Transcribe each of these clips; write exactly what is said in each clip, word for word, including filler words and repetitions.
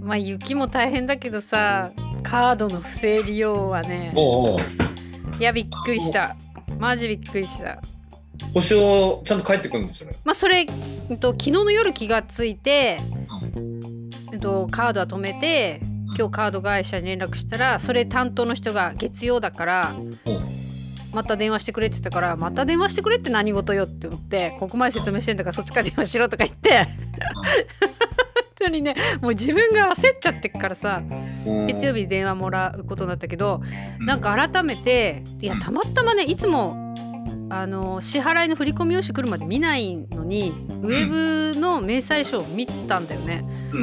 まあ雪も大変だけどさ、カードの不正利用はね、 おうおう、 いやびっくりした。マジびっくりした。 保証ちゃんと返ってくるんですよね。 まあそれ、えっと、昨日の夜気がついて、 うん、 えっと、カードは止めて、今日カード会社に連絡したら、それ担当の人が月曜だからまた電話してくれって言ったから、また電話してくれって何事よって思って、ここまで説明してんだからそっちから電話しろとか言って本当にね、もう自分が焦っちゃってっからさ、月曜日に電話もらうことになったけど、なんか改めて、いやたまたまね、いつもあの支払いの振込用紙来るまで見ないのにウェブの明細書を見たんだよね、うん、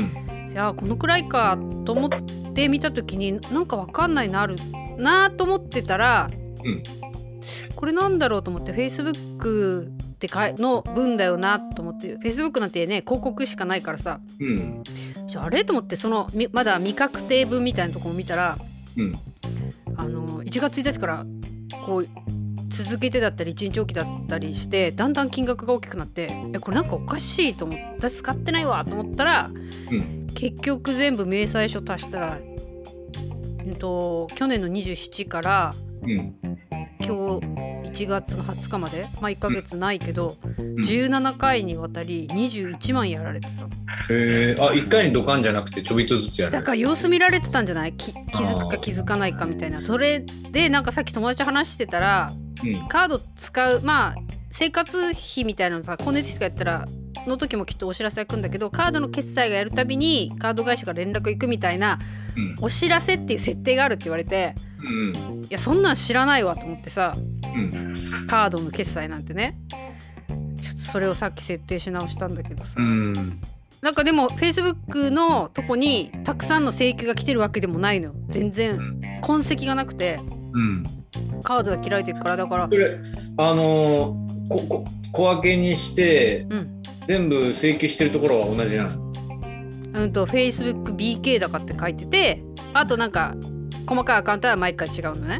じゃあこのくらいかと思って見た時に、なんか分かんないのあるなと思ってたら、うん、これなんだろうと思って、 Facebook ってかの文だよなと思って、 Facebook なんてね広告しかないからさ、うん、じゃああれと思って、そのまだ未確定文みたいなところを見たら、うん、あのいちがつついたちからこう続けてだったりいちにちおきだったりして、だんだん金額が大きくなって、えこれなんかおかしいと思って、私使ってないわと思ったら、うん、結局全部明細書足したら、えっと、去年のにじゅうしちから、うん、今日いちがつのはつかまで、まあ、いっかげつないけど、うん、じゅうななかいにわたりにじゅういちまんやられてさ。 へえ、あ、いっかいにドカンじゃなくてちょびっとずつやる。 だから様子見られてたんじゃない？き気づくか気づかないかみたいな。それでなんかさっき友達と話してたら、うん、カード使う、まあ生活費みたいなのさ、光熱費とかやったらの時もきっとお知らせが来るんだけど、カードの決済がやるたびにカード会社から連絡行くみたいな、うん、お知らせっていう設定があるって言われて、うん、いやそんなん知らないわと思ってさ、うん、カードの決済なんてね、ちょっとそれをさっき設定し直したんだけどさ、うん、なんかでも Facebook のとこにたくさんの請求が来てるわけでもないのよ。全然痕跡がなくて、うん、カードが切られてるから。だからこれあのー、ここ小分けにして、うん、全部請求してるところは同じなの？ うんと Facebook ビーケー だかって書いてて、あとなんか細かいアカウントは毎回違うのね。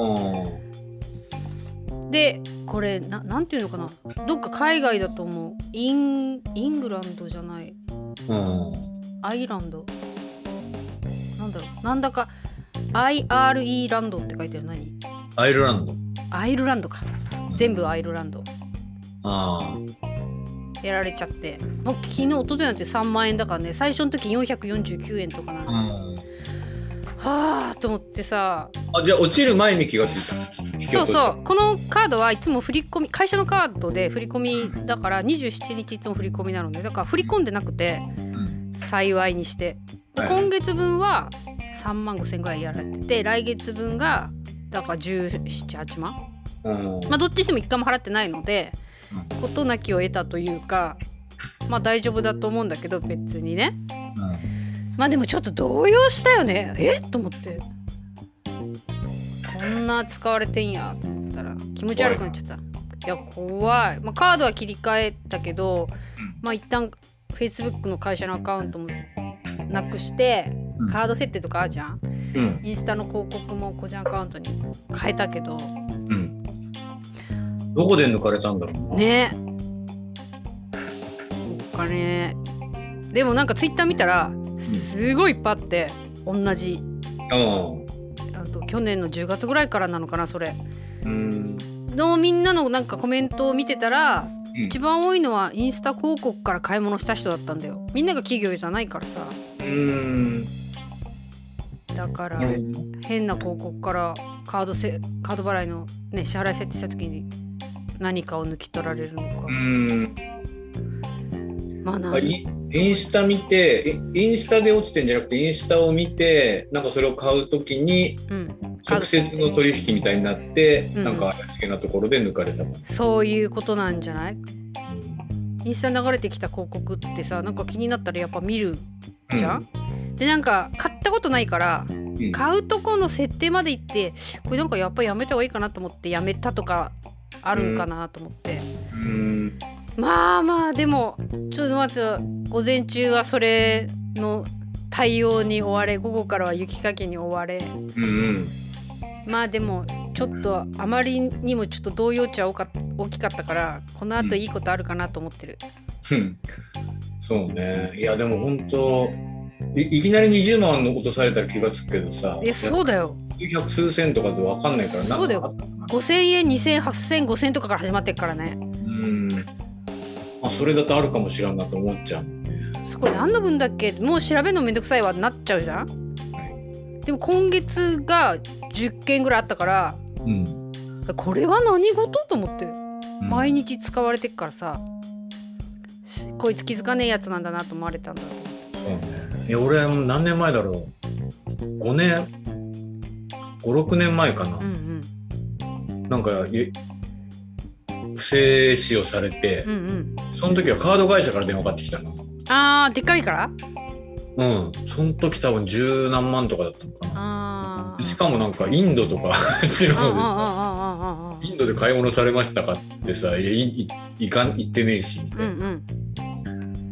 でこれ な, なんていうのかな、どっか海外だと思う。インイングランドじゃない、アイランドなんだろう、なんだか アイアールイー ランドって書いてある。何？ アイルランド。 アイルランドか、全部アイルランド。 ああ、やられちゃって、もう昨日一昨日なんてさんまんえんだからね。最初の時よんひゃくよんじゅうきゅうえんとかな、うん、はぁと思ってさ。 あ、じゃあ落ちる前に気がついた。 そうそう、このカードはいつも振り込み、会社のカードで振り込みだからにじゅうしちにちいつも振り込みなので、だから振り込んでなくて、うん、幸いにしてで、今月分はさんまんごせんぐらいやられてて、来月分がだからじゅうなな、はちまん、うん、まあどっちにしてもいっかいも払ってないので、うん、事なきを得たというか、まあ大丈夫だと思うんだけど、別にね、うん、まあでもちょっと動揺したよね。えっと思って、こんな使われてんやと思ったら気持ち悪くなっちゃった。いや怖い、まあ、カードは切り替えたけど、まあ一旦 Facebook の会社のアカウントもなくして、うん、カード設定とかあるじゃん、うん、インスタの広告も個人アカウントに変えたけど、うん、 どこで抜かれたんだろうね。お金でもなんかツイッター見たらすごいいっぱいあって、うん、同じ、あと去年のじゅうがつぐらいからなのかな、それ、うん、のみんなのなんかコメントを見てたら、うん、一番多いのはインスタ広告から買い物した人だったんだよ。みんなが企業じゃないからさ、うーん、だから、うん、変な広告からカードせカード払いの、ね、支払い設定した時に何かを抜き取られるのか。うーん、まあ、なんインスタ見て、インスタで落ちてんじゃなくてインスタを見て、なんかそれを買うときに、うん、直接の取引みたいになって、うん、なんか怪しげなところで抜かれたもん。 そういうことなんじゃない？うん、インスタに流れてきた広告ってさ、なんか気になったらやっぱ見るじゃん、うん、でなんか買ったことないから、うん、買うとこの設定まで行ってこれなんかやっぱやめた方がいいかなと思ってやめたとかあるんかなと思って、うんうん、まあまあでもちょっと待って、午前中はそれの対応に追われ、午後からは雪かきに追われ、うんうん、まあでもちょっとあまりにもちょっと動揺値は大きかったから、この後いいことあるかなと思ってる、 うん、そうね。いやでも本当い, いきなりにじゅうまん落とされたら気がつくけどさ、 えそうだよ、 百数千とかで分かんないからな。 そうだよ、ごせんえん、にせんえん、はっせん、ごせんとかから始まってるからね。 うん、あ、それだとあるかもしれんなと思っちゃう。 これ何の分だっけ、もう調べるのめんどくさいわなっちゃうじゃん、はい、でも今月がじゅっけんぐらいあったから、うん、これは何事と思って、うん、毎日使われてっからさ、こいつ気づかねえやつなんだなと思われたんだと思って。 そうね、いや俺何年前だろう、ごねんごろくねんまえかな、うんうん、なんか不正使用されて、うんうん、その時はカード会社から電話かかってきたの。 あー、でっかいから、 うん、その時多分十何万とかだったのかな。あ、しかもなんかインドとかあっちの方でさ、インドで買い物されましたかってさ、いや、いいいかん行ってねえしみたいな、うんうん、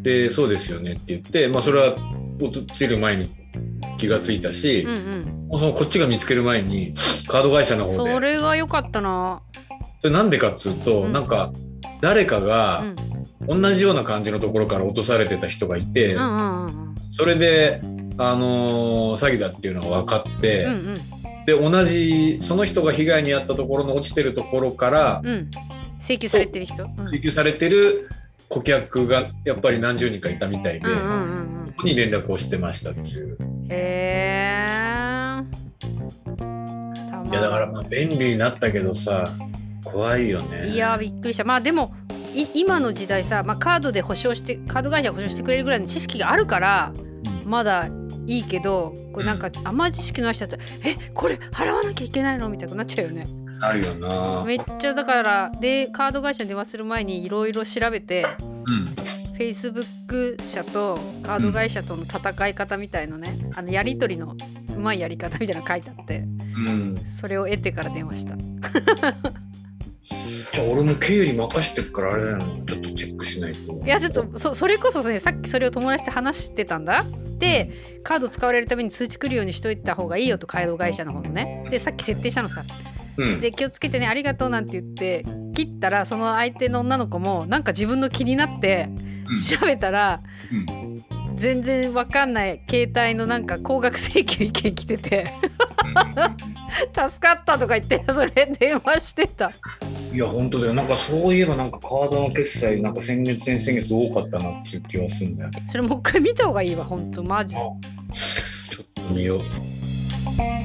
でそうですよねって言って、まあ、それは落ちる前に気がついたし、うんうん、もうそのこっちが見つける前にカード会社の方で、 それが良かったな。 それなんでかっつうと、うん、なんか誰かが、うん、同じような感じのところから落とされてた人がいて、うんうんうん、それで、あのー、詐欺だっていうのが分かって、うんうん、で同じその人が被害に遭ったところの落ちてるところから、うん、 請求されてる人、 うん、請求されてる顧客がやっぱり何十人かいたみたいで、うんうんうんうん、そこに連絡をしてましたっていう。へー、いやだからまあ便利になったけどさ、怖いよね。 いやびっくりした。まあでも今の時代さ、まあ、カードで保証してカード会社が保証してくれるぐらいの知識があるからまだいいけど、これなんかあんま知識の人だと、うん、えこれ払わなきゃいけないのみたいになっちゃうよね。 あるよな。 めっちゃだからでカード会社に電話する前にいろいろ調べて、うん、Facebook 社とカード会社との戦い方みたいのね、うん、あのやり取りのうまいやり方みたいなの書いてあって、うん、それを得てから電話したじゃあ俺も経理任してっからあれなの、ちょっとチェックしないと。 いやちょっと そ, それこそね、さっきそれを友達と話してたんだ。でカード使われるために通知来るようにしといた方がいいよと、カード会社の方のね。でさっき設定したのさ、うん、で気をつけてねありがとうなんて言って切ったら、その相手の女の子もなんか自分の気になって調べたら、うんうん、全然わかんない携帯のなんか高額請求意見来てて助かったとか言ってそれ電話してた。 いや本当だよ、なんかそういえばなんかカードの決済なんか先月先々月多かったなっていう気はするんだよ。 それもう一回見た方がいいわ本当マジ。 ちょっと見よう。